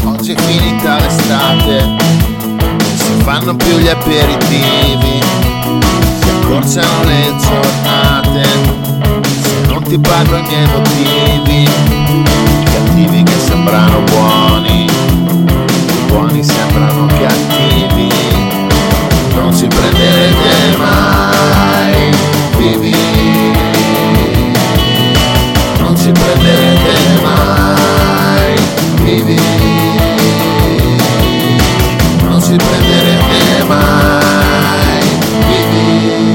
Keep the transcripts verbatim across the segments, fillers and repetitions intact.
Oggi è finita l'estate, non si fanno più gli aperitivi, si accorciano le giornate, se non ti pago i miei motivi, cattivi che sembrano buoni, i buoni sembrano cattivi, non ci prenderete mai, vivi, non ci prenderete mai, vivi, non ci prenderete mai, vivi.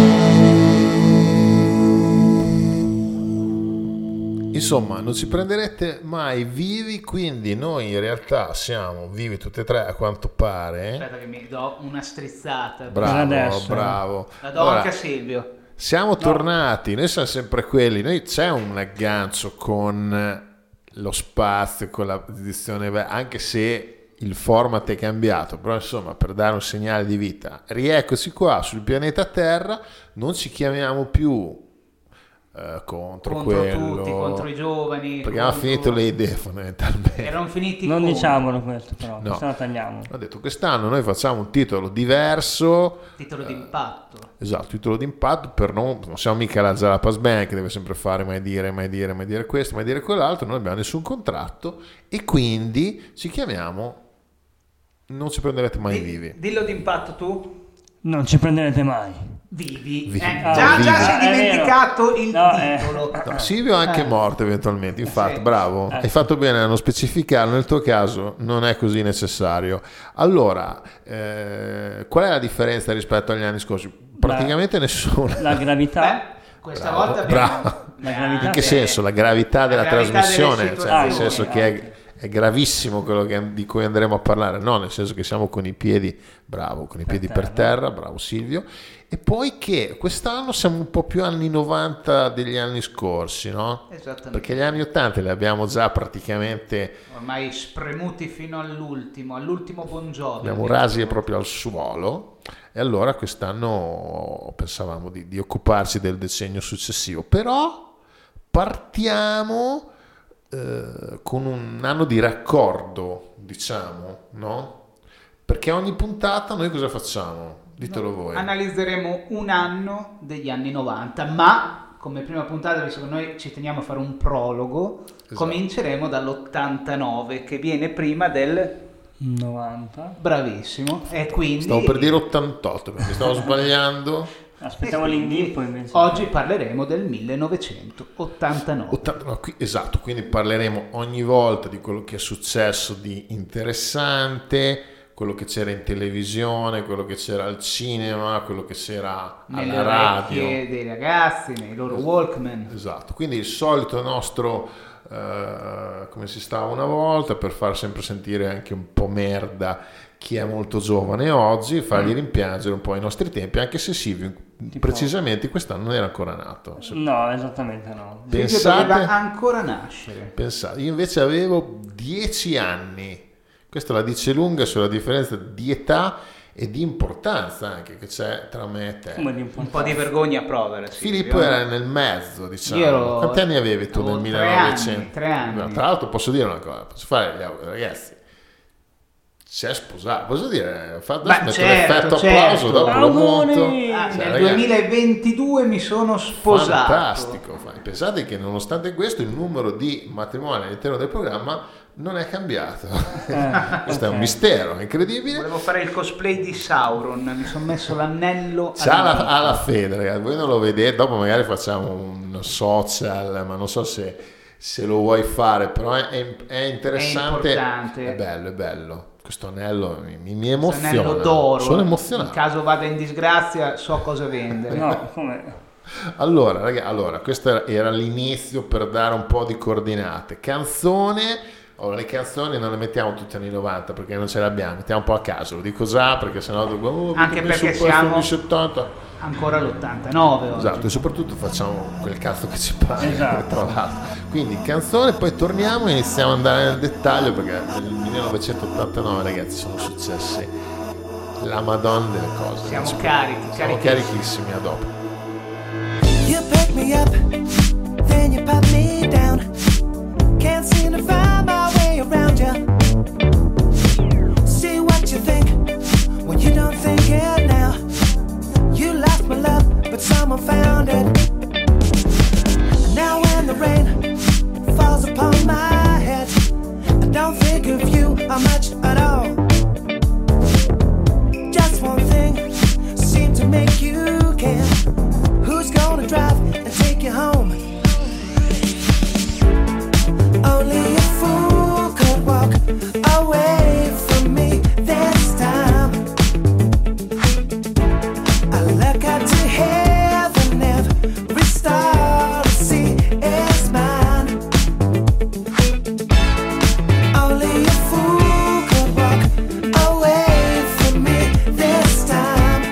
Insomma, non ci prenderete mai vivi, quindi noi in realtà siamo vivi tutti e tre a quanto pare. Aspetta che mi do una strizzata. Bravo, adesso. bravo. La do Ora, anche a Silvio. siamo tornati, noi siamo sempre quelli, noi c'è un aggancio con lo spazio, con la edizione, anche se il format è cambiato, però insomma per dare un segnale di vita, rieccoci qua sul pianeta Terra, non ci chiamiamo più eh, contro, Contro quello, tutti, contro i giovani. perché abbiamo contro- finito le idee fondamentalmente. Erano finiti Non contro. diciamolo questo però, No. se no tagliamo. Ho detto quest'anno noi facciamo un titolo diverso. Titolo d'impatto. Esatto, titolo d'impatto, per non, non siamo mica la Jalapas Bank che deve sempre fare mai dire, mai dire, mai dire questo, mai dire quell'altro, non abbiamo nessun contratto e quindi ci chiamiamo Non ci prenderete mai Di- vivi. Dillo d'impatto tu. Non ci prenderete mai. Vivi. Vivi. Eh, Ah, già, vivi. già si è Ah, è dimenticato vero. il No, eh. titolo. No, Silvio è anche Eh. morto eventualmente, infatti, Sì. bravo, Eh. hai fatto bene a non specificarlo, nel tuo caso non è così necessario. Allora, eh, qual è la differenza rispetto agli anni scorsi? Praticamente nessuna. La gravità. Beh, questa Bravo, volta abbiamo... bravo. La gravità. In che Eh, senso? La gravità della gravità trasmissione, delle cioè nel situazioni, senso che è, è gravissimo quello che- di cui andremo a parlare, no, nel senso che siamo con i piedi, bravo, con i Per piedi per terra. terra, bravo Silvio, e poi che quest'anno siamo un po' più anni novanta degli anni scorsi, no? Esattamente. Perché gli anni ottanta li abbiamo già praticamente, Ormai spremuti fino all'ultimo, all'ultimo buongiorno. abbiamo rasi proprio al suolo, e allora quest'anno pensavamo di, di occuparci del decennio successivo, però partiamo eh, con un anno di raccordo, diciamo, no? Perché ogni puntata noi cosa facciamo? Ditelo voi. Analizzeremo un anno degli anni novanta, ma come prima puntata, visto che noi ci teniamo a fare un prologo, Esatto. cominceremo dall'ottantanove, che viene prima del novanta. bravissimo, e quindi Stavo per dire ottantotto, perché stavo sbagliando. Aspettiamo e quindi l'inghippo invece. Oggi parleremo del millenovecentottantanove. ottanta no, qui- esatto, quindi parleremo ogni volta di quello che è successo di interessante, quello che c'era in televisione, quello che c'era al cinema, quello che c'era Nelle alla radio. orecchie dei ragazzi, nei loro Walkman. Esatto, quindi il solito nostro, eh, come si stava una volta, per far sempre sentire anche un po' merda chi è molto giovane oggi, fargli rimpiangere un po' i nostri tempi, anche se Silvio precisamente quest'anno non era ancora nato. Se No, esattamente no. Silvio Pensate- doveva ancora nascere. Pensate, io invece avevo dieci anni, questo la dice lunga sulla differenza di età e di importanza anche che c'è tra me e te. Come di Un po' di vergogna a provare. Filippo Silvio. era nel mezzo, diciamo. Io ero- Quanti anni avevi tu nel avevo tre millenovecento? anni, tre anni. No, tra l'altro posso dire una cosa, posso fare gli auguri, ragazzi. Si è sposato, posso dire, ho fatto Beh, metto certo, l'effetto certo. applauso, dopo lo Auguri! monto. Ah, Cioè, nel ragazzi, duemilaventidue mi sono sposato. fantastico. fa- Pensate che nonostante questo il numero di matrimoni all'interno del programma non è cambiato. Questo è un ok. mistero, è incredibile. Volevo fare il cosplay di Sauron, mi sono messo l'anello C'ha la, all'inizio. ha la fede, ragazzi. Voi non lo vedete, dopo magari facciamo un social, ma non so se, se lo vuoi fare, però è, è- è interessante. È importante. È bello, è bello. Questo anello mi, mi- mi Questo emoziona. anello d'oro. Sono In emozionato. caso vada in disgrazia, so cosa vendere. No, come? Allora, ragazzi, allora, questo era- era l'inizio per dare un po' di coordinate. Canzone. Allora, le canzoni non le mettiamo tutte anni novanta perché non ce le abbiamo, mettiamo un po' a caso, lo dico già perché sennò oh, Anche mi perché sono siamo- anni settanta. Ancora l'ottantanove oggi. Esatto, e soprattutto facciamo quel cazzo che ci pare, Esatto. tra l'altro. Quindi canzone, poi torniamo e iniziamo ad andare nel dettaglio perché nel millenovecentottantanove, ragazzi, sono successe la madonna delle cose. Siamo Non ci- carichi, siamo carichissimi. carichissimi, a dopo. You pick me up, then you pop me down. Can't seem to find my way around you. don't think of you how much at all. Just one thing seemed to make you care. Who's gonna drive and take you home? Only a fool could walk away from me this time. I look up to heaven, every star to see is mine. Only a fool could walk away from me this time.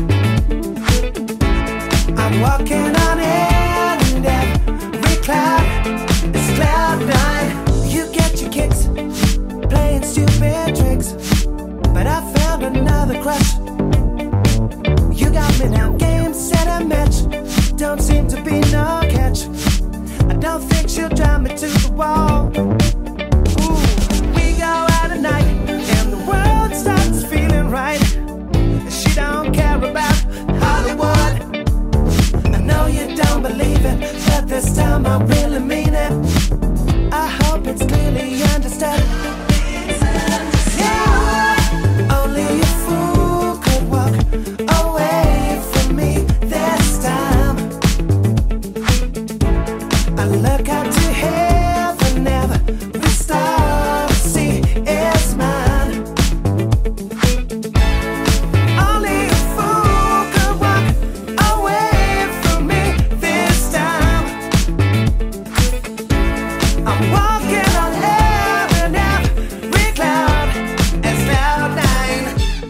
I'm walking on air and every cloud is cloud nine. You get your kicks playing stupid tricks, but I found another crush. You got me now, game, set, and match. Don't seem to be no catch. I don't think she'll drive me to the wall. Ooh, we go out at night and the world starts feeling right. She don't care about Hollywood. I know you don't believe it, but this time I really mean it. I hope it's clearly understood. Yeah, only a fool could walk away from me this time. I look up to heaven, every star I see is mine. Only a fool could walk away from me this time. I'm walking on air and every cloud is cloud nine.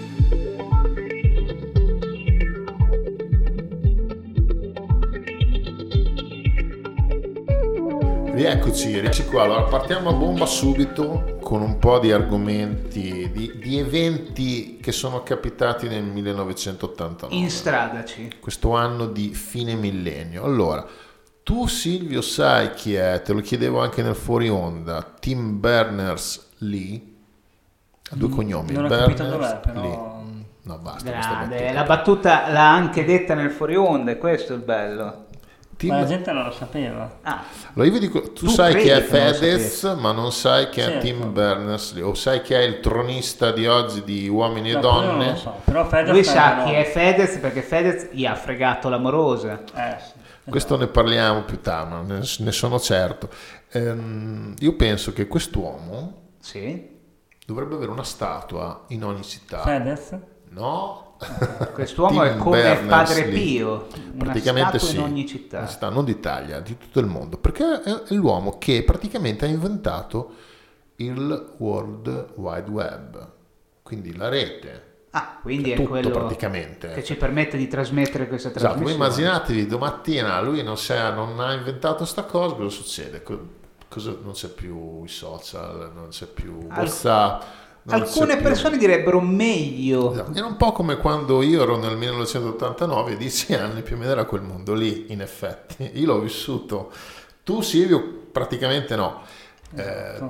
Rieccoci, rieccoci qua. Allora partiamo a bomba subito con un po' di argomenti, di, di eventi che sono capitati nel millenovecentottantanove. Instradaci. Questo anno di fine millennio. Allora, tu Silvio sai chi è? Te lo chiedevo anche nel fuori onda. Tim Berners-Lee, ha due cognomi. Non ho capito Berners-Lee. dov'è, però. No, basta. questa Grande, battuta. la battuta l'ha anche detta nel fuori onda, e questo è il bello. Tim- Ma la gente non lo sapeva. Ah, Allora io vi dico, tu, Tu sai chi è credi che non lo Fedez, ma non sai chi è Certo. Tim Berners-Lee, o sai chi è il tronista di oggi di Uomini e No, quello non Donne. lo so, però Fedez lui sa no. chi è Fedez perché Fedez gli ha fregato l'amorosa. Eh, sì. Questo ne parliamo più tardi, ma ne, ne sono certo. Ehm, io penso che quest'uomo Sì, dovrebbe avere una statua in ogni città. Fedez? No? quest'uomo Tim è come Padre Berners-Lee. Pio, una Praticamente statua sì, in ogni città. una città, non d'Italia, di tutto il mondo, perché è, è l'uomo che praticamente ha inventato il World Wide Web, quindi la rete. Ah, quindi è tutto quello praticamente. che ci permette di trasmettere questa Esatto, voi trasmissione. immaginatevi domattina lui non, sa- non ha inventato sta cosa, cosa succede? Co- cosa- non c'è più i social, non c'è più Al- WhatsApp. non Alcune c'è più- persone direbbero meglio. Esatto. Era un po' come quando io ero nel millenovecentottantanove, dieci anni più o meno era quel mondo lì, in effetti. Io l'ho vissuto. Tu Silvio praticamente no. Eh, Esatto.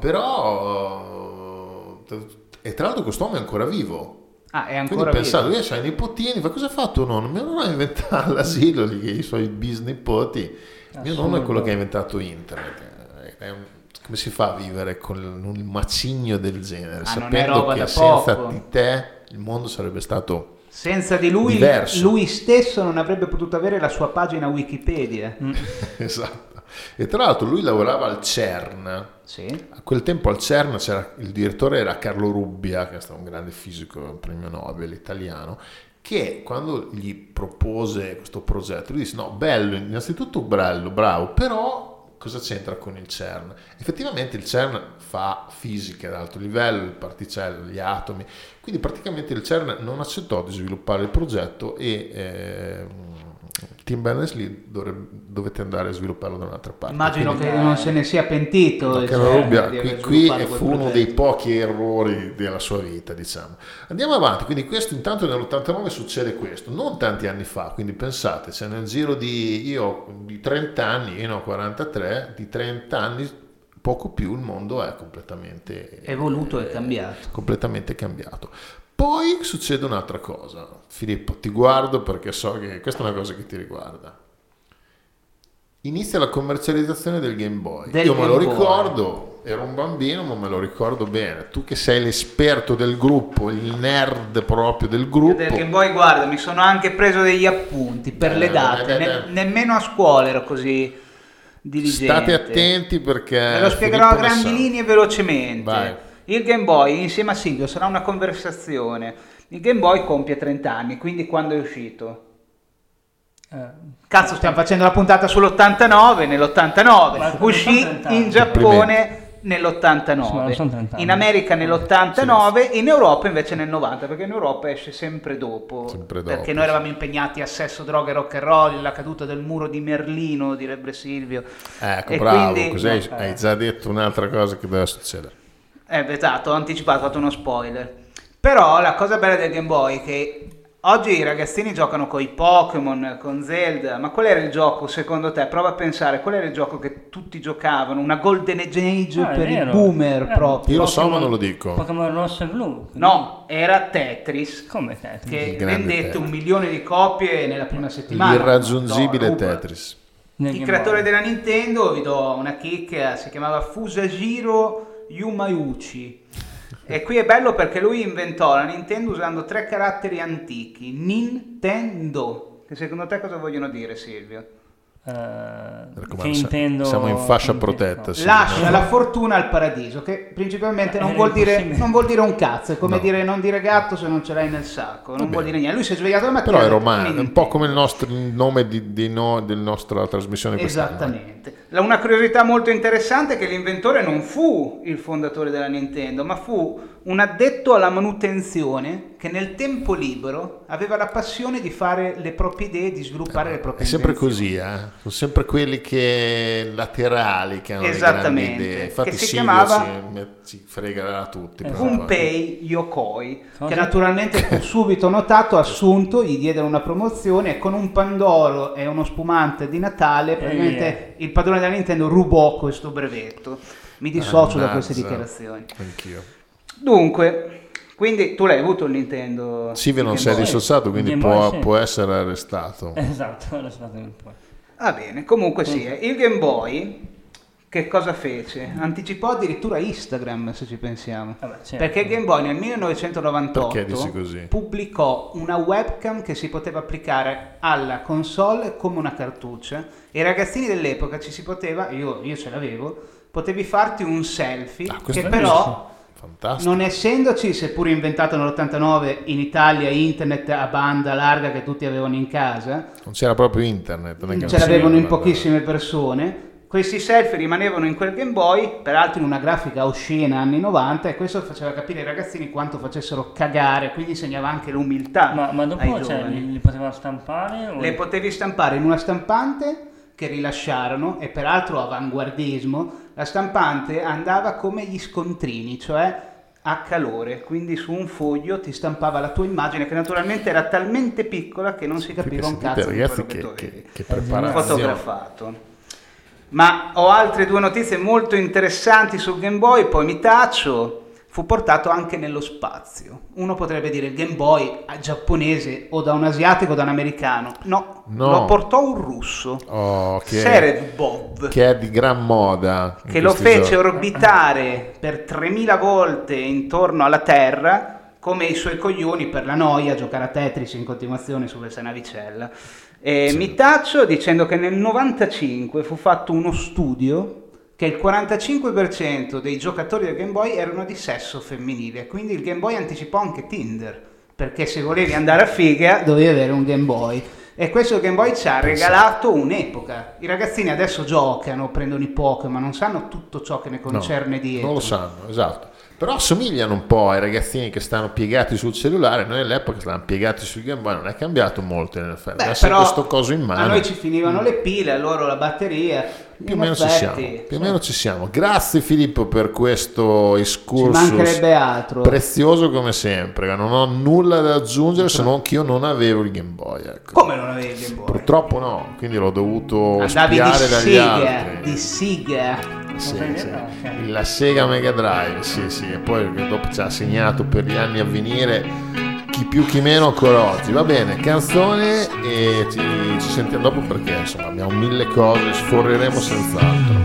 però e tra l'altro quest'uomo è ancora vivo. Ah, è Quindi ancora pensate, vivo. lui ha i nipotini, ma cosa ha fatto nonno? Mio nonno ha inventato l'asilo lì, i suoi bisnipoti. Mio nonno è quello che ha inventato internet. È un- come si fa a vivere con un macigno del genere, Ah, non è sapendo roba che da senza poco. di te il mondo sarebbe stato Senza di lui, diverso. lui stesso non avrebbe potuto avere la sua pagina Wikipedia. esatto. E tra l'altro lui lavorava al CERN. Sì. A quel tempo al CERN c'era, il direttore era Carlo Rubbia, che è stato un grande fisico, un premio Nobel italiano, che quando gli propose questo progetto, lui disse no, bello, innanzitutto bello, bravo, però cosa c'entra con il CERN? Effettivamente il CERN fa fisica ad alto livello, le particelle, gli atomi, quindi praticamente il CERN non accettò di sviluppare il progetto e eh, Tim Berners-Lee dovrebbe, dovette andare a svilupparlo da un'altra parte. Immagino Quindi- che non se ne sia pentito. No, il Carlo CERN Rubbia, di qui, aver qui sviluppato quel fu uno progetto. dei pochi errori della sua vita, diciamo. Andiamo avanti, quindi questo intanto nell'ottantanove succede questo, non tanti anni fa, quindi pensate, se nel giro di, io, di trenta anni, io ne ho quarantatré, di trenta anni, poco più, il mondo è completamente Evoluto e cambiato. completamente cambiato. Poi succede un'altra cosa. Filippo, ti guardo perché so che questa è una cosa che ti riguarda. inizia la commercializzazione del Game Boy. Del Io me Game lo Boy. ricordo, ero un bambino, ma me lo ricordo bene. Tu che sei l'esperto del gruppo, il nerd proprio del gruppo. Del Game Boy, guarda, mi sono anche preso degli appunti per Eh, le date, eh, eh, ne- eh. nemmeno a scuola ero così diligente. State attenti perché Ve lo spiegherò a Filippo ne grandi sa. linee velocemente. Vai. Il Game Boy insieme a Silvio sarà una conversazione. Il Game Boy compie trenta anni, quindi quando è uscito? Eh, Cazzo, stiamo facendo la puntata sull'ottantanove, nell'ottantanove. Ma Uscì sono trenta anni. in Giappone nell'ottantanove, Sì, ma non sono trenta anni. in America nell'ottantanove, in Europa invece nel novanta, perché in Europa esce sempre dopo, Sempre dopo, perché noi eravamo impegnati a sesso, droga e rock and roll, la caduta del muro di Merlino, direbbe Silvio. Ecco, E bravo, quindi- così hai, no, eh. hai già detto un'altra cosa che deve succedere. Eh, esatto, ho anticipato, ho fatto uno spoiler. Però la cosa bella del Game Boy è che oggi i ragazzini giocano con i Pokémon, con Zelda, ma qual era il gioco secondo te? Prova a pensare, qual era il gioco che tutti giocavano? Una golden age Ah, è per i vero. boomer Eh, proprio. Io lo so, ma Pokémon- non lo dico. Pokémon rosso e blu. quindi- No, era Tetris, Come Tetris? che Il grande vendette Tetris. un milione di copie nella prima settimana. L'irraggiungibile No, Rupa. Tetris. Nel Il Game creatore Boy. della Nintendo, vi do una chicca, si chiamava Fusajiro Yumayuchi. E qui è bello perché lui inventò la Nintendo usando tre caratteri antichi, Nintendo, che secondo te cosa vogliono dire, Silvio? Eh, raccomando, che intendo... siamo in fascia che protetta, intendo- sì. Lascia la fortuna al paradiso, che principalmente Eh, non era vuol, dire, impossibile. non vuol dire un cazzo, è come No. dire non dire gatto se non ce l'hai nel sacco, non Vabbè. vuol dire niente. Lui si è svegliato la mattina Però è e ha detto, romano, è un po' Nintendo. come il, nostro, il nome di, di no, della nostra trasmissione quest'anno. Esattamente. La- Una curiosità molto interessante è che l'inventore non fu il fondatore della Nintendo, ma fu un addetto alla manutenzione che nel tempo libero aveva la passione di fare le proprie idee, di sviluppare le È proprie sempre invenzioni. così, eh? Sono sempre quelli che laterali che hanno le Esattamente. grandi idee. Infatti Che si Silvio chiamava- si, si frega a tutti. Eh, però. Gunpei Yokoi, Cosa? che naturalmente fu subito notato, assunto, gli diedero una promozione e con un pandoro e uno spumante di Natale, praticamente il padrone della Nintendo rubò questo brevetto. Mi dissocio da queste Mannaggia. dichiarazioni. Anch'io. Dunque, quindi tu l'hai avuto il Nintendo? Silvio non il si è Game Boy? dissociato, quindi Game può, Boy, sì. può essere arrestato. Esatto, lo stato un po'. Va bene, comunque sì, eh. il Game Boy che cosa fece? Anticipò addirittura Instagram, se ci pensiamo. Vabbè, certo. Perché il Game Boy nel millenovecentonovantotto Perché dici così? pubblicò una webcam che si poteva applicare alla console come una cartuccia e i ragazzini dell'epoca ci si poteva, io, io ce l'avevo, potevi farti un selfie Ah, questo che è però... Fantastico. Non essendoci, seppur inventato nell'ottantanove, in Italia internet a banda larga che tutti avevano in casa, Non c'era proprio internet. non è che ce non l'avevano si- in pochissime persone. Questi selfie rimanevano in quel Game Boy, peraltro in una grafica oscena anni novanta, e questo faceva capire ai ragazzini quanto facessero cagare, quindi insegnava anche l'umiltà Ma, ma ai dopo cioè, giovani. li, li poteva stampare? O... Le potevi stampare in una stampante che rilasciarono, e peraltro avanguardismo, la stampante andava come gli scontrini, cioè a calore, quindi su un foglio ti stampava la tua immagine che naturalmente era talmente piccola che non si capiva un Sentite, cazzo di ragazzi, quello che che, tu che, avevi che preparazione. fotografato. Ma ho altre due notizie molto interessanti sul Game Boy, poi mi taccio. Fu portato anche nello spazio. Uno potrebbe dire il Game Boy a giapponese o da un asiatico o da un americano. No, No. lo portò un russo, Oh, che, Seredbov, che è di gran moda. in che lo questi fece giorni. orbitare per tremila volte intorno alla Terra, come i suoi coglioni per la noia, giocare a Tetris in continuazione su questa navicella. E Sì. mi taccio dicendo che nel novantacinque fu fatto uno studio che il quarantacinque per cento dei giocatori del Game Boy erano di sesso femminile, quindi il Game Boy anticipò anche Tinder, perché se volevi andare a figa dovevi avere un Game Boy. E questo Game Boy ci ha regalato un'epoca. I ragazzini adesso giocano, prendono i Pokémon, non sanno tutto ciò che ne No, concerne dietro. non lo sanno, esatto. Però assomigliano un po' ai ragazzini che stanno piegati sul cellulare. Noi all'epoca stavamo piegati sul Game Boy, non è cambiato molto in effetti. Beh, Adesso però questo coso in mano. a noi ci finivano le pile, a loro la batteria. Più o In meno ci effetti, siamo, più o meno ci siamo. Grazie Filippo per questo ci excursus mancherebbe altro. prezioso come sempre. Non ho nulla da aggiungere se non che io non avevo il Game Boy. Ecco. Come non avevi il Game Boy? Purtroppo no, quindi l'ho dovuto Andavi di spiare dagli siga, altri. di siga. Sì, Non sì. sai niente? La Sega Mega Drive, sì, sì, e poi dopo ci ha segnato per gli anni a venire chi più chi meno ancora oggi. Va bene, canzone e ci, ci sentiamo dopo perché insomma abbiamo mille cose, sforreremo senz'altro.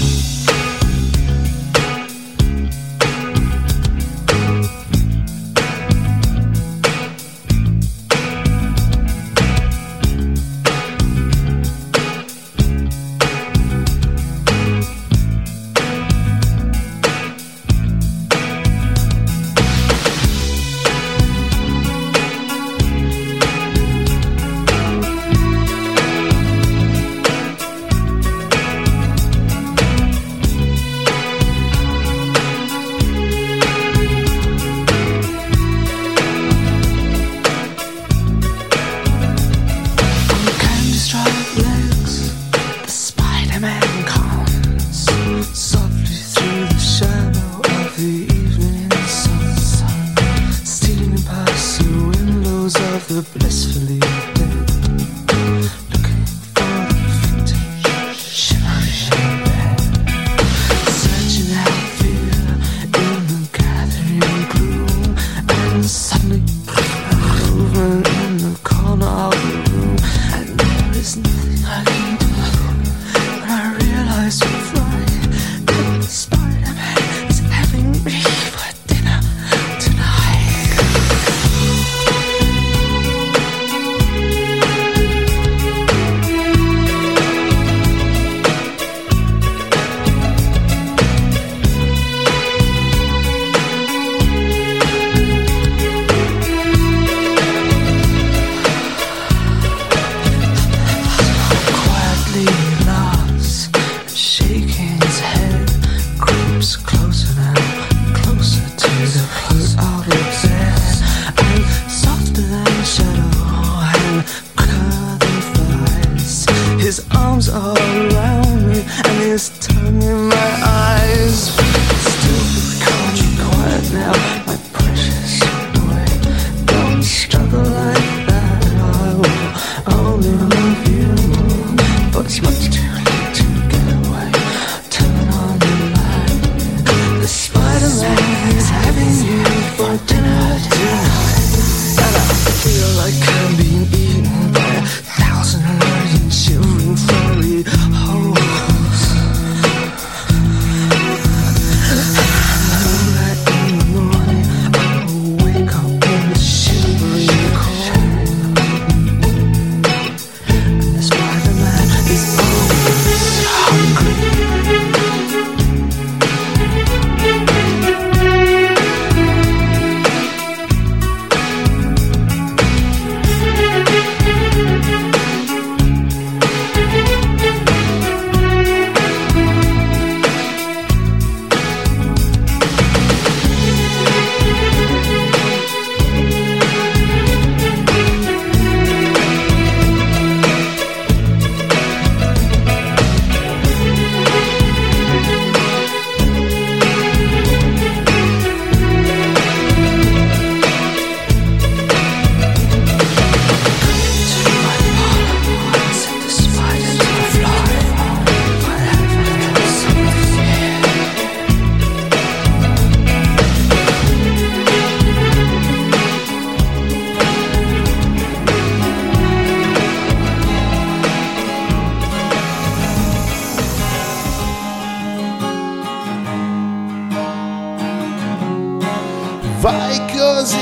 Vai così,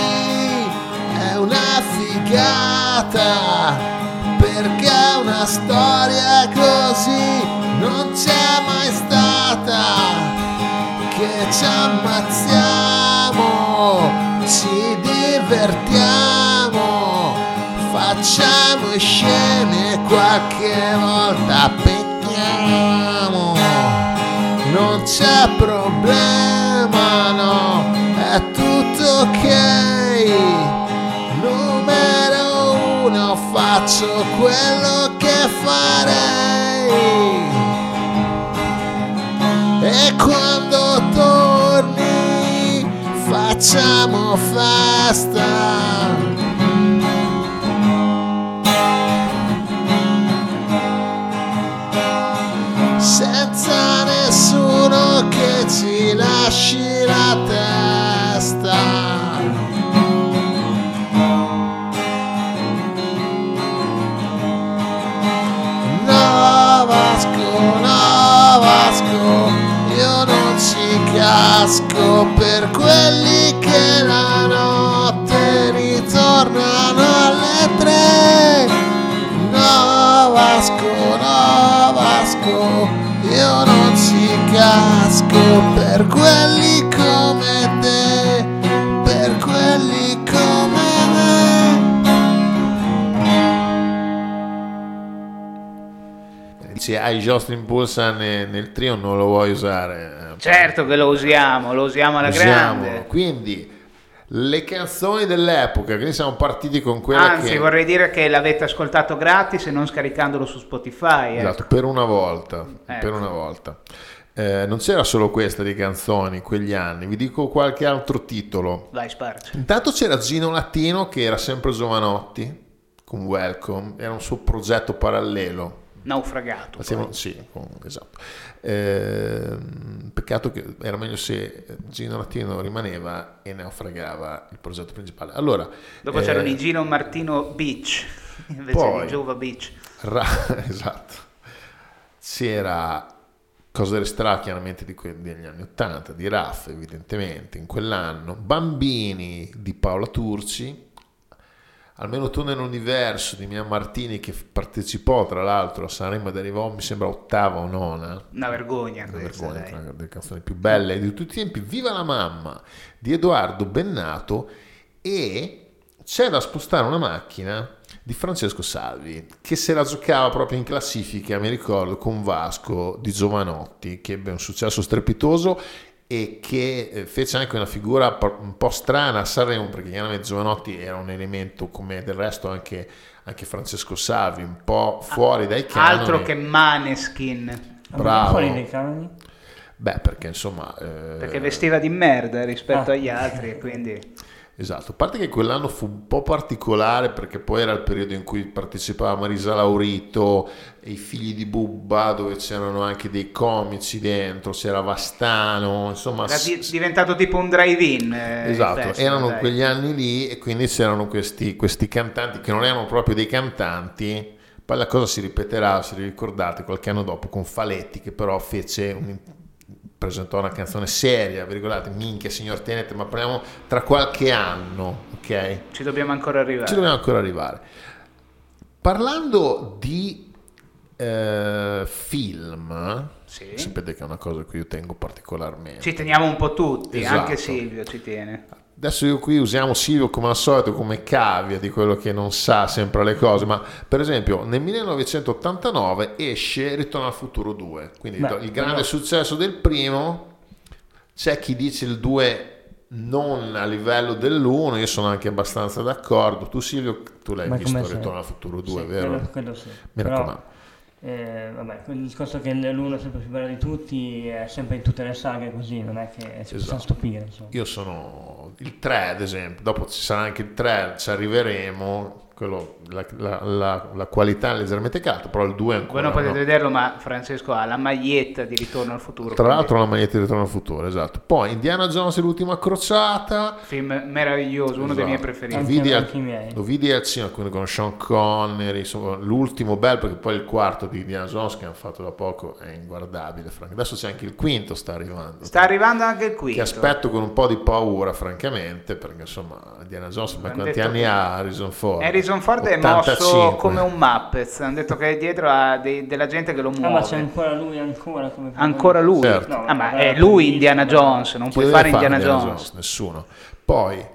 è una figata, perché una storia così non c'è mai stata, che ci ammazziamo, ci divertiamo, facciamo scene, qualche volta pecchiamo, non c'è problema, no, è tutto ok. Numero uno, faccio quello che farei, e quando torni facciamo festa. Senza nessuno che ci lasci la testa. dici hai Jocelyn Poulsen nel, nel trio, non lo vuoi usare? Certo che lo usiamo, lo usiamo alla Usiamolo. grande. Quindi le canzoni dell'epoca, quindi siamo partiti con quella Anzi, che... vorrei dire che l'avete ascoltato gratis e non scaricandolo su Spotify. Esatto, ecco. per una volta, Ecco. per una volta. Eh, non c'era solo questa di canzoni in quegli anni, vi dico qualche altro titolo. Vai, sparci. Intanto c'era Gino Latino, che era sempre Giovanotti con Welcome, era un suo progetto parallelo. Naufragato. Facevano, sì, con- esatto. Eh, peccato che era meglio se Gino Latino rimaneva e naufragava il progetto principale. Allora, Dopo eh, c'erano i Gino Martino Beach, invece poi- di Giova Beach. Ra- esatto. C'era Cosa resterà chiaramente di que- degli anni ottanta, di Raff evidentemente in quell'anno, Bambini di Paola Turci, Almeno tu nell'universo di Mia Martini, che partecipò tra l'altro a Sanremo ed arrivò mi sembra ottava o nona. Una vergogna Una questa, vergogna, dai. una delle canzoni più belle di tutti i tempi. Viva la mamma di Edoardo Bennato, e c'è da spostare una macchina di Francesco Salvi, che se la giocava proprio in classifica, mi ricordo, con Vasco di Giovanotti, che ebbe un successo strepitoso e che eh, fece anche una figura po- un po' strana a Sanremo, perché chiaramente Giovanotti era un elemento, come del resto anche, anche Francesco Salvi, un po' fuori dai canoni. Altro che Maneskin, Bravo. Fuori dai canoni? Beh, perché insomma... eh, perché vestiva di merda rispetto Ah. agli altri e quindi... Esatto, a parte che quell'anno fu un po' particolare perché poi era il periodo in cui partecipava Marisa Laurito e i figli di Bubba, dove c'erano anche dei comici dentro, c'era Vastano, insomma... Era di- s- diventato tipo un drive-in. eh, il Esatto, festival, erano dai. quegli anni lì e quindi c'erano questi, questi cantanti che non erano proprio dei cantanti. Poi la cosa si ripeterà, se vi ricordate, qualche anno dopo con Faletti, che però fece un, presentò una canzone seria, vi ricordate? Minchia signor Tenente, ma parliamo tra qualche anno, ok? Ci dobbiamo ancora arrivare. Ci dobbiamo ancora arrivare. Parlando di eh, film, Sì. sapete che è una cosa a cui io tengo particolarmente. Ci teniamo un po' tutti, Esatto. anche Silvio ci tiene. Adesso io qui usiamo Silvio come al solito come cavia di quello che non sa sempre le cose, ma per esempio nel millenovecentottantanove esce Ritorno al futuro due, quindi Beh, il grande però- successo del primo. C'è chi dice il due non a livello dell'uno, io sono anche abbastanza d'accordo. Tu Silvio, tu l'hai Ma visto come se- Ritorno al futuro due, Sì, vero? Quello, quello sì. Mi Però, raccomando. eh, vabbè, quel discorso che l'uno è sempre più bello di tutti è sempre in tutte le saghe così, non è che ci Esatto. possiamo stupire, insomma. Io sono il tre ad esempio, dopo ci sarà anche il tre, ci arriveremo, quello, la, la- la- la qualità è leggermente calata, però il due è Voi ancora non potete no. vederlo, ma Francesco ha la maglietta di Ritorno al futuro. Tra quindi l'altro la maglietta di Ritorno al futuro, esatto. Poi Indiana Jones e l'ultima crociata. film meraviglioso, uno dei miei Esatto. preferiti. Lo Anche- vidi, al, anche i miei. lo vidi al cinema, quindi con Sean Connery, insomma, l'ultimo bello, perché poi il quarto di Indiana Jones che hanno fatto da poco è inguardabile, Frank. Adesso c'è anche il quinto, sta arrivando. Sta arrivando anche il Che quinto. aspetto con un po' di paura, francamente, perché insomma Indiana Jones, ma Hanno quanti detto anni che- ha Harrison Ford? Harrison Ford è ottantacinque. mosso come un Muppets. Hanno detto che dietro ha dei- della gente che lo Ah, ma muove. c'è ancora lui, ancora come Ancora lui. Certo. No, Ah, ma vabbè, è lui bellissimo, Indiana però- Jones, non Chi puoi deve fare Indiana, Jones. Jones? Nessuno. Poi,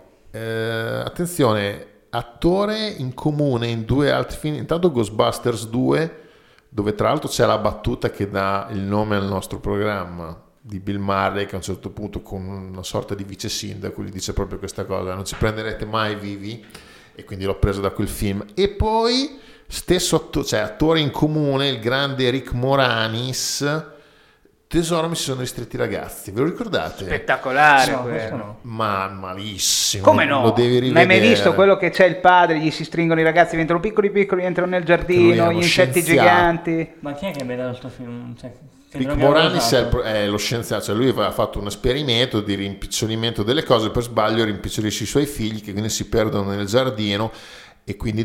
eh, attenzione, attore in comune in due altri film. Intanto Ghostbusters due, dove tra l'altro c'è la battuta che dà il nome al nostro programma, di Bill Murray, che a un certo punto con una sorta di vice sindaco gli dice proprio questa cosa: non ci prenderete mai vivi, e quindi l'ho preso da quel film. E poi stesso atto- cioè, attore in comune, il grande Rick Moranis, Tesoro mi si sono ristretti i ragazzi, ve lo ricordate? Spettacolare No, quello. questo no. Ma malissimo. Come no? Lo devi Non rivedere. hai mai visto quello che c'è il padre, gli si stringono i ragazzi, diventano piccoli piccoli, entrano nel Che lui giardino, era gli uno insetti scienziato. giganti. Ma chi è che vede questo film? Cioè, che Rick droga aveva Moranis è, il usato? pro- è lo scienziato, cioè lui aveva fatto un esperimento di rimpicciolimento delle cose, per sbaglio rimpicciolisce i suoi figli, che quindi si perdono nel giardino e quindi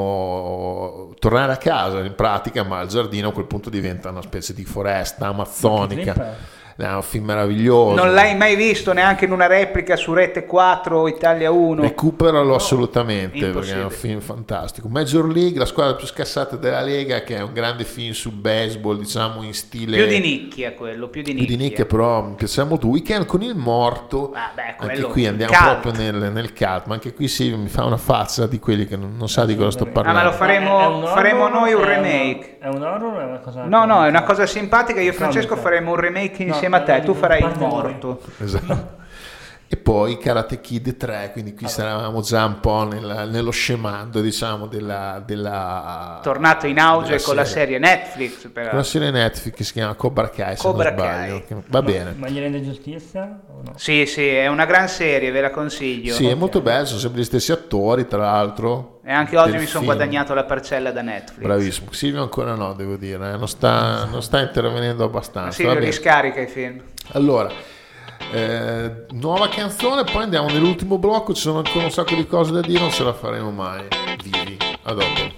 devono tornare a casa in pratica, ma il giardino a quel punto diventa una specie di foresta amazzonica. Ma che trip è? è un film meraviglioso. Non l'hai mai visto neanche in una replica su Rete quattro o Italia uno? Recuperalo assolutamente, perché è Impossibile. un film fantastico. Major League, la squadra più scassata della Lega, che è un grande film sul baseball, diciamo in stile Più di nicchia quello, più di più nicchia. di nicchia, però mi piaceva molto. Weekend con il morto, Ah, beh, anche quello qui andiamo cult. proprio nel, nel cult, ma anche qui sì, mi fa una faccia di quelli che non, non sa di cosa sto Ah, parlando. ma lo faremo, È un horror, faremo noi un è remake. È un horror o è una cosa... No, no, è una cosa simpatica. Io e Francesco Comica. faremo un remake No, insieme a te. no, Tu farai il parte voi. morto. Esatto. E poi Karate Kid tre, quindi qui eravamo già un po' nel- nello scemando, diciamo, della, della Tornato in auge della con la serie Netflix. Con la Però. serie Netflix che si chiama Cobra Kai, se Cobra non sbaglio. Kai. Che- Va bene. Ma gli rende giustizia o no? Sì, sì, è una gran serie, ve la consiglio. Sì, è molto bello, sono sempre gli stessi attori, tra l'altro. E anche oggi del mi sono film. guadagnato la parcella da Netflix. Bravissimo. Silvio ancora no, devo dire, eh, non, sta, non sta intervenendo abbastanza. Sì, Va lo bene. riscarica i film. Allora, eh, nuova canzone, poi andiamo nell'ultimo blocco, ci sono ancora un sacco di cose da dire, non ce la faremo mai. Vivi, a dopo.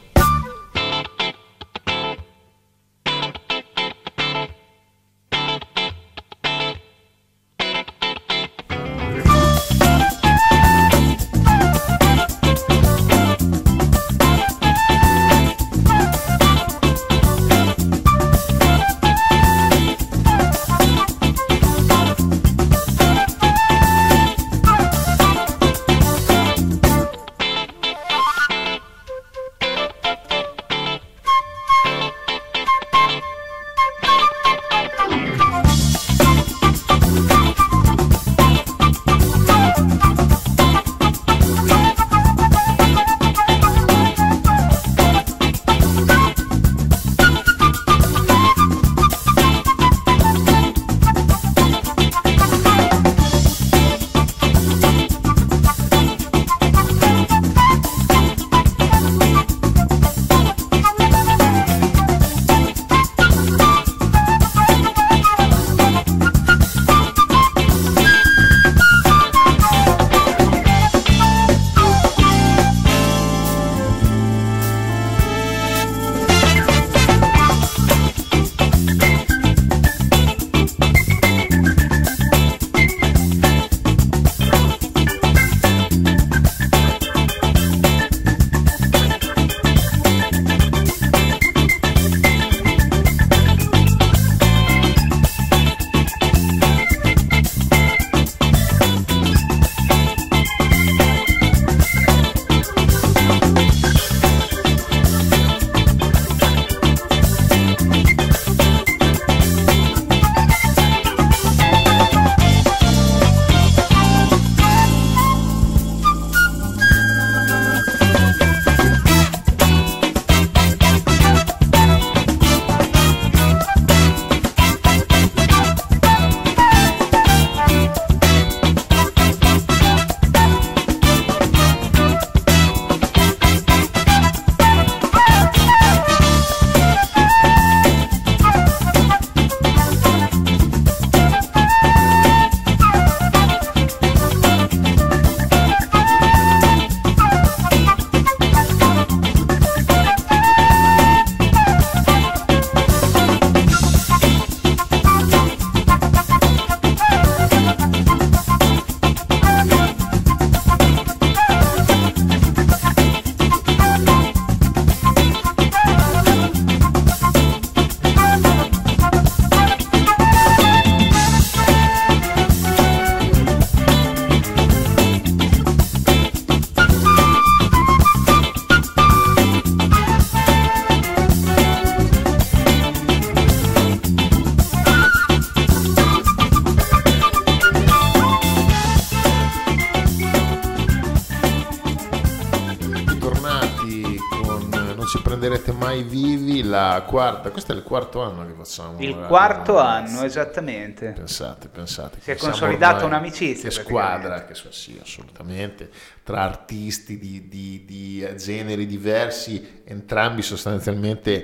prenderete mai vivi la quarta, questo è il quarto anno che facciamo. Il eh, quarto eh, anno, esattamente. Pensate, pensate. Si è che siamo consolidata ormai- un'amicizia, Che praticamente. squadra, che so- sì, assolutamente. Tra artisti di, di- di generi diversi, entrambi sostanzialmente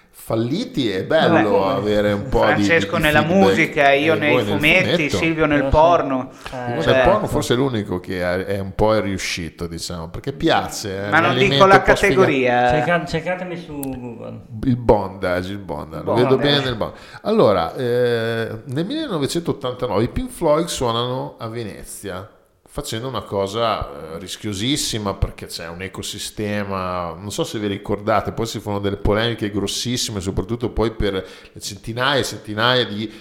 falliti è bello Vabbè, avere un po' Francesco di, di nella feedback. musica, io E nei voi nel fumetti, fumetto. Silvio nel Io sì. porno. Eh, Cioè, il Eh. porno forse è l'unico che è, è un po' è riuscito, diciamo, perché piace. è Ma un non alimento dico la un po' sfigato. categoria. cerca- cercatemi su Google. Il bondage, il bondage, lo Bondage. vedo bene nel bondage. Allora, eh, nel millenovecentottantanove i Pink Floyd suonano a Venezia facendo una cosa eh, rischiosissima, perché c'è un ecosistema, non so se vi ricordate, poi si fanno delle polemiche grossissime, soprattutto poi per le centinaia e centinaia di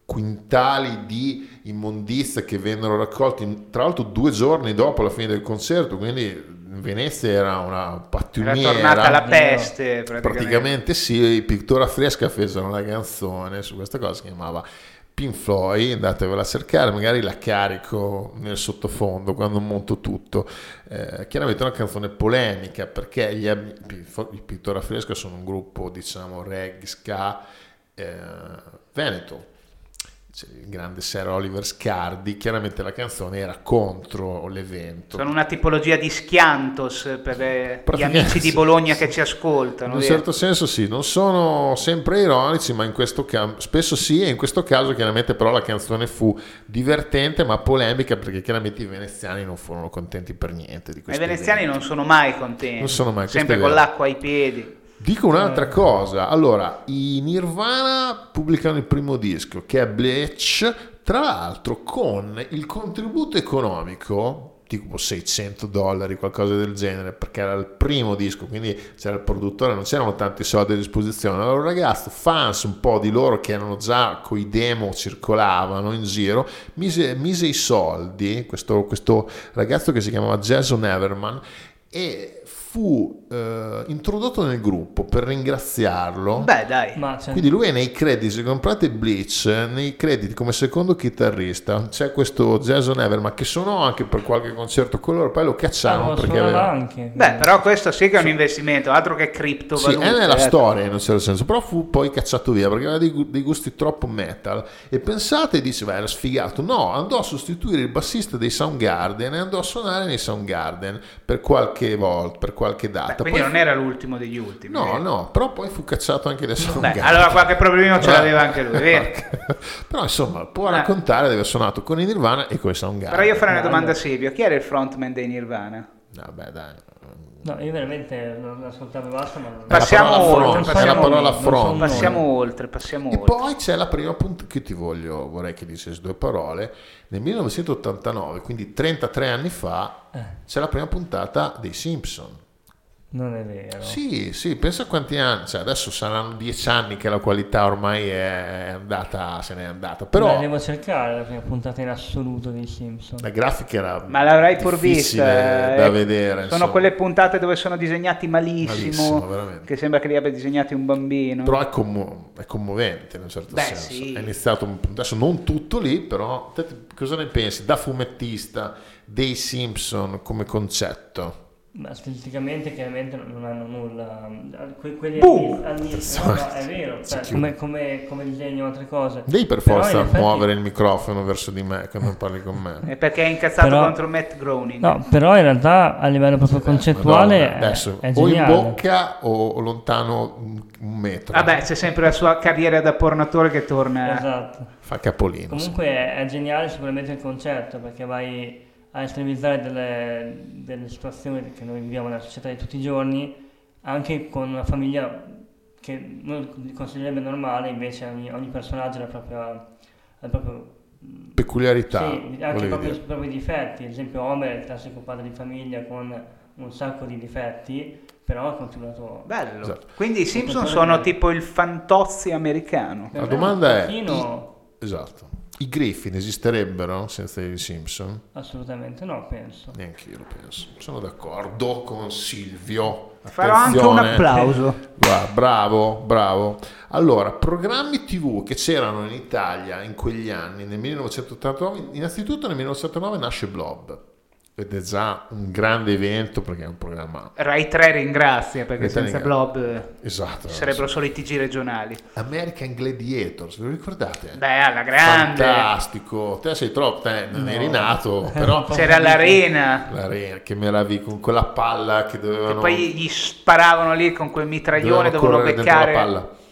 quintali di immondizia che vennero raccolti, tra l'altro due giorni dopo la fine del concerto, quindi Venezia era una Era pattumiera. tornata la peste praticamente. Praticamente sì, i Pittura Fresca fecero una canzone su questa cosa che si chiamava Pink Floyd, andatevela a cercare, magari la carico nel sottofondo quando monto tutto. Eh, chiaramente è una canzone polemica, perché gli ab- i Pittura Fresca sono un gruppo, diciamo, reggae, ska, eh, veneto. C'è il grande Sir Oliver Scardi, chiaramente la canzone era contro l'evento. Sono una tipologia di schiantos per eh, gli Praticamente amici di sì. Bologna che ci ascoltano. In un vero? certo senso sì, non sono sempre ironici, ma in questo caso spesso sì, e in questo caso chiaramente però la canzone fu divertente ma polemica, perché chiaramente i veneziani non furono contenti per niente di I questo veneziani evento. non sono mai contenti, Non sono mai, questo sempre è con vero. l'acqua ai piedi. Dico un'altra cosa, allora i Nirvana pubblicano il primo disco che è Bleach, tra l'altro con il contributo economico tipo seicento dollari, qualcosa del genere, perché era il primo disco, quindi c'era il produttore, non c'erano tanti soldi a disposizione. Allora un ragazzo, fans un po' di loro che erano già coi demo, circolavano in giro, mise, mise i soldi, questo, questo ragazzo che si chiamava Jason Everman, e fu eh, introdotto nel gruppo per ringraziarlo. Beh, dai. Ma c'è- Quindi lui è nei crediti, se comprate Bleach, nei crediti come secondo chitarrista c'è questo Jason Everman, che suonò anche per qualche concerto con loro, poi lo cacciarono Ah, perché suonava aveva... anche. Beh, però questo sì che è un investimento, altro che Sì, criptovalute. è nella eh. storia in un certo senso, però fu poi cacciato via perché aveva dei, gu- dei gusti troppo metal, e pensate, dice, beh, era sfigato. No, andò a sostituire il bassista dei Soundgarden e andò a suonare nei Soundgarden per qualche volta, per qualche Beh, data. quindi Poi non era l'ultimo degli ultimi. No, vero? no, però poi fu cacciato anche dai Beh, Soundgarden. allora qualche problemino ce Eh. l'aveva anche lui, vero? Però insomma può Eh. raccontare di aver suonato con i Nirvana e con i Soundgarden. Però io farei una Bello. domanda a Silvio, chi era il frontman dei Nirvana? Vabbè, dai. No, io veramente non ascoltavo e basta, ma non... Passiamo la parola oltre, front, passiamo è la parola oltre, front. non so Passiamo oltre, passiamo E oltre. poi c'è la prima puntata che ti voglio, vorrei che dicessi due parole. Nel millenovecentottantanove, quindi trentatré anni fa, Eh. c'è la prima puntata dei Simpson. Non è vero. Sì, sì, pensa a quanti anni, cioè adesso saranno dieci anni che la qualità ormai è andata, se n'è andata, Però... però devo cercare la prima puntata in assoluto dei Simpson. la grafica era Ma l'avrai pur difficile vista. da eh. vedere. Sono insomma. quelle puntate dove sono disegnati malissimo, Malissimo, veramente. che sembra che li abbia disegnati un bambino. Però è, commo- è commovente in un certo Beh, senso. sì. È iniziato un- adesso non tutto lì, però te- cosa ne pensi da fumettista dei Simpson come concetto? Ma stilisticamente chiaramente non hanno nulla. Que- quelli Boom! all'inizio, no, no, è vero, cioè, Si come, come, come disegno altre cose. Devi per Però forza in effetti- muovere il microfono verso di me quando parli con me. È perché è incazzato Però- contro Matt Groening. No, però in realtà a livello proprio concettuale Madonna, è, adesso è o in geniale. bocca o lontano un un metro. Vabbè, c'è sempre la sua carriera da pornatore che torna. Esatto. Fa capolino. Comunque è, è geniale sicuramente il concetto, perché vai a estremizzare delle, delle situazioni che noi viviamo nella società di tutti i giorni, anche con una famiglia che noi consideriamo normale, invece ogni, ogni personaggio ha la propria, ha il proprio Peculiarità. sì, anche volevi proprio i dire. propri difetti. Ad esempio Homer è il classico padre di famiglia con un sacco di difetti, però ha continuato. Bello. Esatto. Quindi i Simpson Potrebbe sono dire. tipo il Fantozzi americano. La Per me domanda un è: pochino- Esatto. I Griffin esisterebbero senza i Simpson? Assolutamente no, penso. Neanche io lo penso. Sono d'accordo con Silvio. Farò anche un Attenzione. applauso. Guarda, bravo, bravo. Allora, programmi tivù che c'erano in Italia in quegli anni, nel millenovecentottantanove, innanzitutto nel millenovecentottantanove nasce Blob, ed è già un grande evento perché è un programma... Rai tre ringrazia perché Rai tre senza ringrazia. Blob eh, Esatto. ci sarebbero solo i T G regionali. American Gladiators, ve lo ricordate? Beh, alla grande. Fantastico. Te sei troppo, te non eri nato, però... C'era l'arena. L'arena, che meraviglia, con quella palla che E dovevano... poi gli sparavano lì con quel mitraglione, dovevano dovevano correre dentro la beccare palla.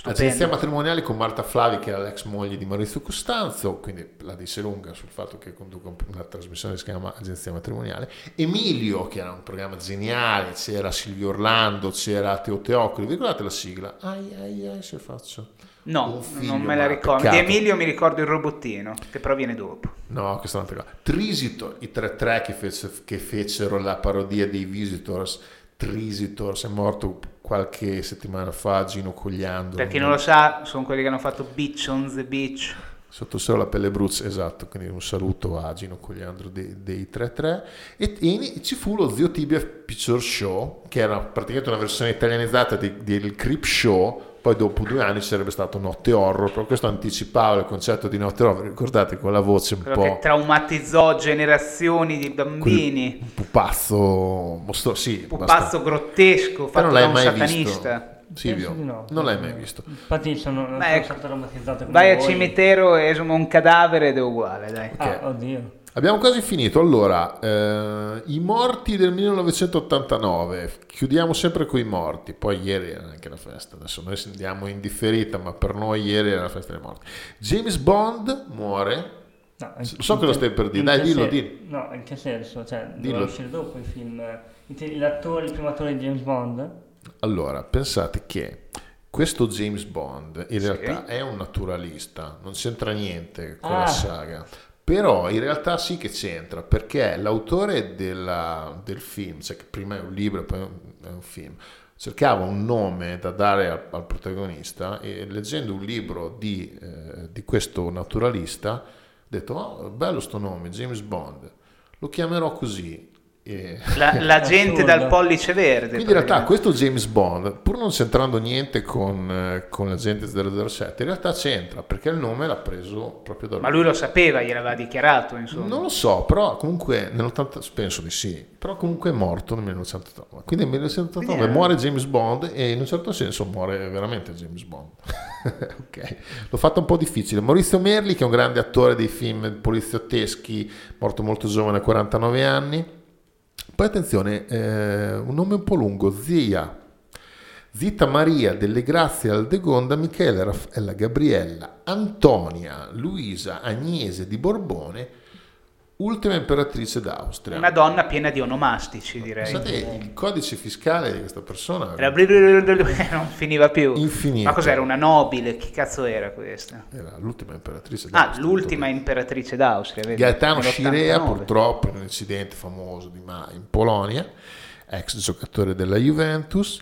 Agenzia matrimoniale con Marta Flavi, che era l'ex moglie di Maurizio Costanzo, quindi la disse lunga sul fatto che conduca una trasmissione che si chiama Agenzia matrimoniale. Emilio, che era un programma geniale, c'era Silvio Orlando, c'era Teo Teocoli, vi ricordate la sigla? Ai ai ai se faccio No, un figlio, non me la ma ricordo. peccato. Di Emilio mi ricordo il robottino, che però viene dopo. No, questa è un'altra cosa. Trisitor, i tre tre che, fece, che fecero la parodia dei Visitors. Trisitors è morto qualche settimana fa, Gino Cogliandro. Per chi non lo sa, sono quelli che hanno fatto Beach on the Beach. Sotto solo la pelle bruzza, esatto, quindi un saluto a Gino Cogliandro dei, dei tre tre. E, e ci fu lo Zio Tibia Picture Show, che era praticamente una versione italianizzata di- del Creep Show. Poi dopo due anni ci sarebbe stato Notte Horror, però questo anticipava il concetto di Notte Horror, ricordate, con la voce un Quello po'... che traumatizzò generazioni di bambini. un pupazzo mostro, sì, Pupazzo grottesco, Te fatto non da l'hai un mai satanista. visto? Silvio, Penso di no. non l'hai mai visto. Infatti sono, non Beh, sono ecco, stato traumatizzato come Vai al voi. cimitero, esumo un cadavere ed è uguale, dai. Ok. Ah, oddio. Abbiamo quasi finito. Allora, eh, i morti del millenovecentottantanove, chiudiamo sempre con i morti. Poi ieri era anche la festa, adesso noi andiamo in differita, ma per noi ieri era la festa dei morti. James Bond muore. No, Lo so che lo stai per dire, in dai, che dillo, sen- dillo. No, in che senso? Cioè, Dillo. doveva uscire dopo i film. Il- L'attore, il primo attore di James Bond? Allora, pensate che questo James Bond in Sì. realtà è un naturalista, non c'entra niente con Ah. la saga. Però in realtà sì che c'entra, perché l'autore della- del film, cioè che prima è un libro e poi è un film, cercava un nome da dare al, al protagonista e leggendo un libro di, eh, di questo naturalista ha detto oh, bello sto nome, James Bond, lo chiamerò così. E... La, la gente Assurdo. dal pollice verde. Quindi in realtà praticamente. questo James Bond, pur non c'entrando niente con, eh, con l'agente zero zero sette, in realtà c'entra perché il nome l'ha preso proprio da lui. Ma lui lo sapeva, gliel'aveva dichiarato, insomma. Non lo so, però comunque nell'ottanta penso di sì, però comunque è morto nel millenovecentottantanove. Quindi nel millenovecentottantanove Quindi è- muore James Bond e in un certo senso muore veramente James Bond. Ok, l'ho fatto un po' difficile. Maurizio Merli, che è un grande attore dei film poliziotteschi, morto molto giovane, a quarantanove anni. Poi attenzione, eh, un nome un po' lungo, Zia, Zita Maria delle Grazie Aldegonda, Michele Raffaella Gabriella, Antonia, Luisa Agnese di Borbone, ultima imperatrice d'Austria. Una donna piena di onomastici, direi. Pensate, il codice fiscale di questa persona Era blu- non finiva più. Infinito. Ma cos'era? Una nobile? Chi cazzo era questa? era l'ultima imperatrice Ah, d'Austria. l'ultima imperatrice d'Austria. Vedi? Gaetano Nell'ottantanove. Scirea, purtroppo in un incidente famoso di Ma in Polonia, ex giocatore della Juventus.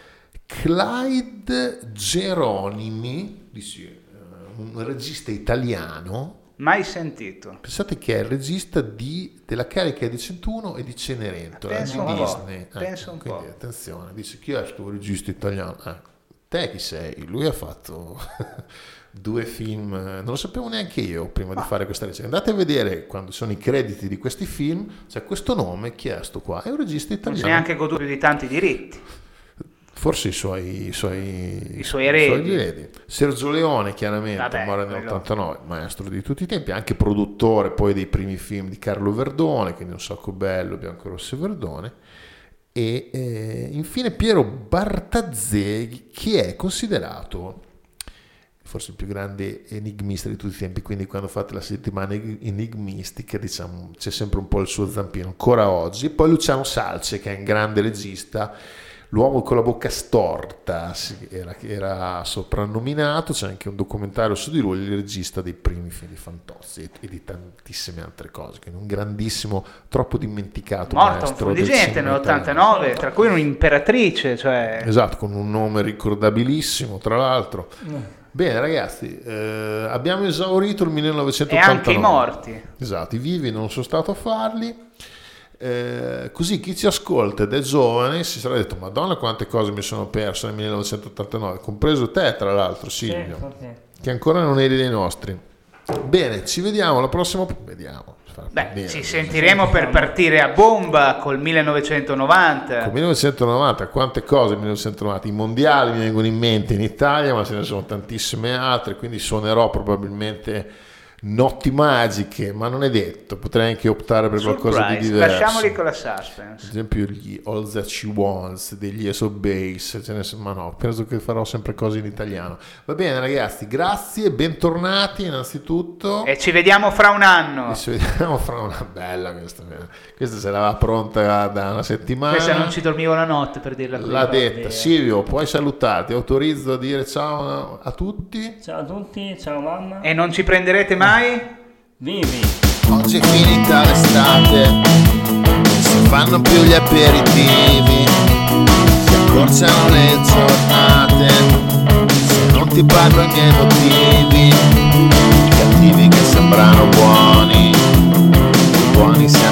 Clyde Geronimi, dici, eh, un regista italiano. Mai sentito. Pensate che è il regista di, della Carica di centuno e di Cenerentola Pensa di un po', Disney. pensa un quindi po'. attenzione, dice chi è questo regista italiano? Eh, te chi sei? Lui ha fatto due film, non lo sapevo neanche io prima di fare questa ricerca. Andate a vedere quando sono i crediti di questi film, c'è questo nome, chi è sto qua? È un regista Non si è italiano. neanche goduto di tanti diritti. Forse i suoi, i suoi, I suoi eredi. eredi. Sergio Leone, chiaramente, Vabbè, muore quello. nell'ottantanove, maestro di tutti i tempi, anche produttore poi dei primi film di Carlo Verdone, quindi Un sacco bello, Bianco, Rosso e Verdone. E eh, infine Piero Bartazzeghi, che è considerato forse il più grande enigmista di tutti i tempi, quindi quando fate la settimana enigmistica, diciamo, c'è sempre un po' il suo zampino, ancora oggi. Poi Luciano Salce, che è un grande regista, l'uomo con la bocca storta, era, era soprannominato, c'è anche un documentario su di lui, il regista dei primi film di Fantozzi e, e di tantissime altre cose, quindi un grandissimo, troppo dimenticato Morto un maestro po' di del gente cinema nell'ottantanove, tra cui un'imperatrice, cioè... Esatto, con un nome ricordabilissimo, tra l'altro. Bene ragazzi, eh, abbiamo esaurito il E millenovecentottantanove. anche i morti. Esatto, i vivi non sono stato a farli. Eh, così chi ci ascolta ed è giovane si sarà detto Madonna quante cose mi sono perso nel millenovecentottantanove, compreso te tra l'altro Silvio, Sì, sì. che ancora non eri dei nostri. Bene, ci vediamo alla prossima. Vediamo. Beh, Bene. ci sentiremo per partire a bomba col millenovecentonovanta. Con millenovecentonovanta, quante cose millenovecentonovanta, i mondiali mi vengono in mente in Italia, ma ce ne sono tantissime altre, quindi suonerò probabilmente notti magiche, ma non è detto, potrei anche optare per qualcosa di Surprise, diverso. lasciamoli con la suspense. Ad esempio gli All That She Wants degli Ace of Base, ce ne so- ma no, penso che farò sempre cose in italiano. Va bene ragazzi, grazie, bentornati innanzitutto. E ci vediamo fra un anno. E ci vediamo fra una bella questa, questa se l'aveva pronta da una settimana. Questa non ci dormivo la notte, per dirla così. L'ha detta. Silvio, puoi salutarti, autorizzo a dire ciao a tutti. Ciao a tutti, ciao mamma. E non ci prenderete mai? Vivi! Oggi è finita l'estate, non si fanno più gli aperitivi, si accorciano le giornate, se non ti parlo i miei motivi, i cattivi che sembrano buoni, i buoni